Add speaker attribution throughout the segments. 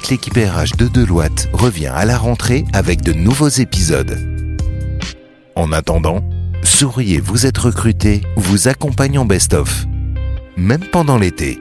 Speaker 1: toute l'équipe RH de Deloitte revient à la rentrée avec de nouveaux épisodes. En attendant, Souriez, vous êtes recruté, vous accompagne en best-of, même pendant l'été.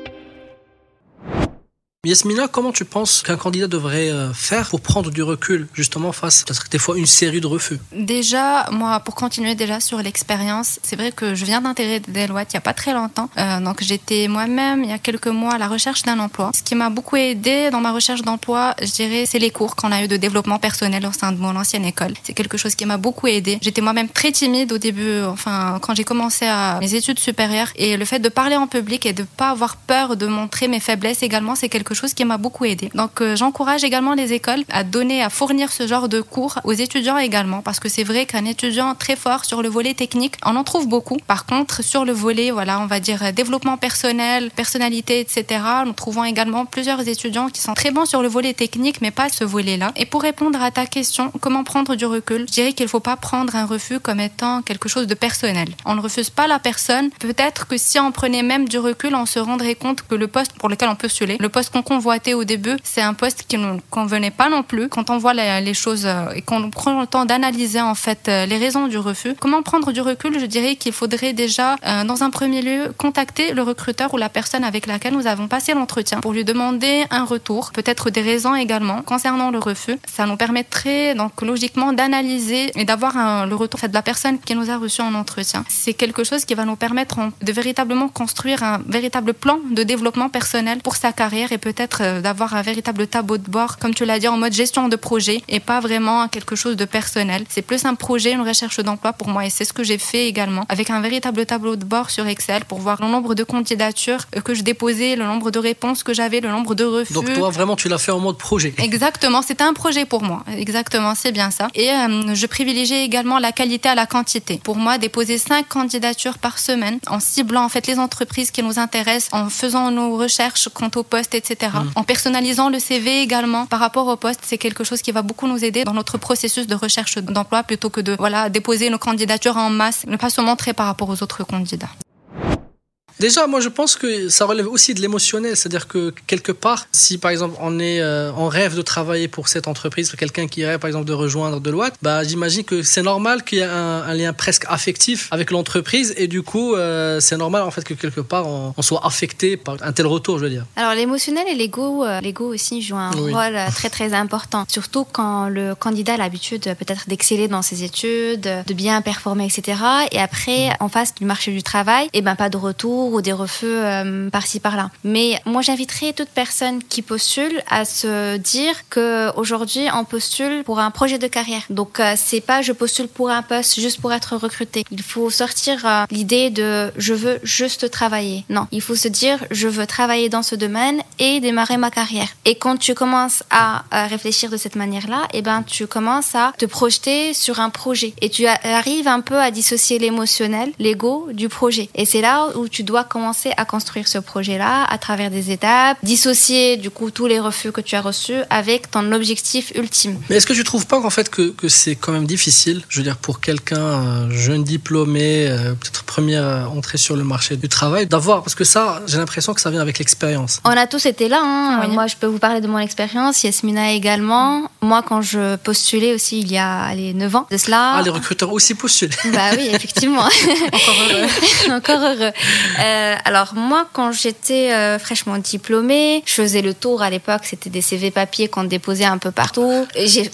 Speaker 2: Yasmina, comment tu penses qu'un candidat devrait faire pour prendre du recul, justement, face à des fois une série de refus?
Speaker 3: Déjà, moi, pour continuer déjà sur l'expérience, c'est vrai que je viens d'intégrer Deloitte il n'y a pas très longtemps. Donc, j'étais moi-même, il y a quelques mois, à la recherche d'un emploi. Ce qui m'a beaucoup aidé dans ma recherche d'emploi, je dirais, c'est les cours qu'on a eu de développement personnel au sein de mon ancienne école. C'est quelque chose qui m'a beaucoup aidé. J'étais moi-même très timide au début, quand j'ai commencé mes études supérieures. Et le fait de parler en public et de pas avoir peur de montrer mes faiblesses également, c'est quelque chose qui m'a beaucoup aidé. Donc j'encourage également les écoles à fournir ce genre de cours aux étudiants également, parce que c'est vrai qu'un étudiant très fort sur le volet technique, on en trouve beaucoup. Par contre, sur le volet, on va dire développement personnel, personnalité, etc., nous trouvons également plusieurs étudiants qui sont très bons sur le volet technique, mais pas ce volet-là. Et pour répondre à ta question, comment prendre du recul, je dirais qu'il ne faut pas prendre un refus comme étant quelque chose de personnel. On ne refuse pas la personne. Peut-être que si on prenait même du recul, on se rendrait compte que le poste pour lequel on postulait, le poste qu'on convoitait au début, c'est un poste qui ne nous convenait pas non plus. Quand on voit les choses et qu'on prend le temps d'analyser en fait les raisons du refus, comment prendre du recul, je dirais qu'il faudrait déjà, dans un premier lieu, contacter le recruteur ou la personne avec laquelle nous avons passé l'entretien pour lui demander un retour, peut-être des raisons également concernant le refus. Ça nous permettrait donc logiquement d'analyser et d'avoir le retour de la personne qui nous a reçu en entretien. C'est quelque chose qui va nous permettre de véritablement construire un véritable plan de développement personnel pour sa carrière et peut-être d'avoir un véritable tableau de bord, comme tu l'as dit, en mode gestion de projet et pas vraiment quelque chose de personnel. C'est plus un projet, une recherche d'emploi pour moi et c'est ce que j'ai fait également avec un véritable tableau de bord sur Excel pour voir le nombre de candidatures que je déposais, le nombre de réponses que j'avais, le nombre de refus.
Speaker 2: Donc toi, vraiment, tu l'as fait en mode projet.
Speaker 3: Exactement, c'était un projet pour moi. Exactement, c'est bien ça. Et je privilégiais également la qualité à la quantité. Pour moi, déposer 5 candidatures par semaine en ciblant en fait les entreprises qui nous intéressent, en faisant nos recherches quant au poste, etc. En personnalisant le CV également par rapport au poste, c'est quelque chose qui va beaucoup nous aider dans notre processus de recherche d'emploi plutôt que de déposer nos candidatures en masse, ne pas se montrer par rapport aux autres candidats.
Speaker 2: Déjà, moi, je pense que ça relève aussi de l'émotionnel. C'est-à-dire que, quelque part, si, par exemple, on rêve de travailler pour cette entreprise, quelqu'un qui rêve, par exemple, de rejoindre Deloitte, j'imagine que c'est normal qu'il y ait un lien presque affectif avec l'entreprise. Et du coup, c'est normal, en fait, que quelque part, on soit affecté par un tel retour, je veux dire.
Speaker 4: Alors, l'émotionnel et l'ego aussi jouent un rôle très, très important. Surtout quand le candidat a l'habitude, peut-être, d'exceller dans ses études, de bien performer, etc. Et après, en face du marché du travail, pas de retour ou des refus par-ci par-là. Mais moi, j'inviterais toute personne qui postule à se dire qu'aujourd'hui, on postule pour un projet de carrière. Donc, c'est pas je postule pour un poste juste pour être recruté. Il faut sortir l'idée de je veux juste travailler. Non, il faut se dire je veux travailler dans ce domaine et démarrer ma carrière. Et quand tu commences à réfléchir de cette manière-là, tu commences à te projeter sur un projet. Et tu arrives un peu à dissocier l'émotionnel, l'ego du projet. Et c'est là où tu dois commencer à construire ce projet-là à travers des étapes, dissocier du coup tous les refus que tu as reçus avec ton objectif ultime.
Speaker 2: Mais est-ce que tu trouves pas qu'en fait que c'est quand même difficile, je veux dire pour quelqu'un jeune diplômé, peut-être première entrée sur le marché du travail, d'avoir, parce que ça, j'ai l'impression que ça vient avec l'expérience.
Speaker 4: On a tous été là,
Speaker 3: Oui.
Speaker 4: Moi je peux vous parler de mon expérience, Yasmina également. Moi quand je postulais aussi il y a 9 ans de cela.
Speaker 2: Les recruteurs aussi postulent.
Speaker 4: Oui, effectivement.
Speaker 3: Encore heureux.
Speaker 4: Encore heureux. Alors moi, quand j'étais fraîchement diplômée, je faisais le tour à l'époque, c'était des CV papier qu'on déposait un peu partout.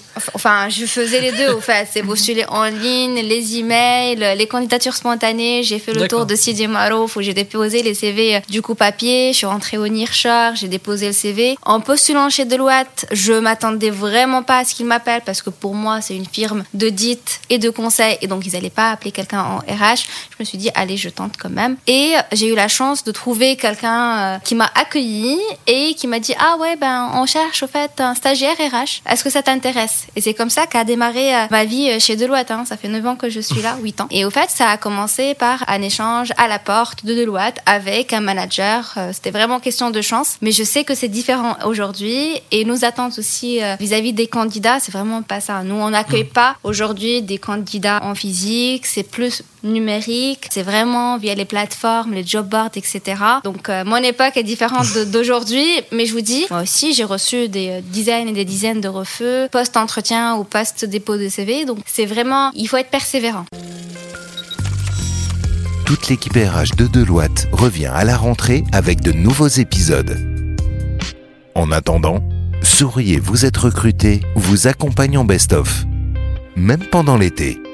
Speaker 4: Je faisais les deux, au fait. C'est postuler en ligne, les emails, les candidatures spontanées. J'ai fait le tour de Sidi Marouf où j'ai déposé les CV du coup papier. Je suis rentrée au Nearshore, j'ai déposé le CV. En postulant chez Deloitte, je m'attendais vraiment pas à ce qu'ils m'appellent parce que pour moi, c'est une firme d'audit et de conseil et donc ils allaient pas appeler quelqu'un en RH. Je me suis dit, allez, je tente quand même. Et j'ai eu la chance de trouver quelqu'un qui m'a accueilli et qui m'a dit on cherche au fait un stagiaire RH. Est-ce que ça t'intéresse? Et c'est comme ça qu'a démarré ma vie chez Deloitte. Ça fait 9 ans que je suis là, 8 ans. Et au fait, ça a commencé par un échange à la porte de Deloitte avec un manager. C'était vraiment question de chance. Mais je sais que c'est différent aujourd'hui et nos attentes aussi vis-à-vis des candidats, c'est vraiment pas ça. Nous, on n'accueille pas aujourd'hui des candidats en physique. C'est plus numérique. C'est vraiment via les plateformes, les job boards, etc. Donc, mon époque est différente d'aujourd'hui, mais je vous dis, moi aussi, j'ai reçu des dizaines et des dizaines de refus, post-entretien ou post-dépôt de CV. Donc, c'est vraiment, il faut être persévérant.
Speaker 1: Toute l'équipe RH de Deloitte revient à la rentrée avec de nouveaux épisodes. En attendant, Souriez, vous êtes recruté vous accompagne en best-of, même pendant l'été.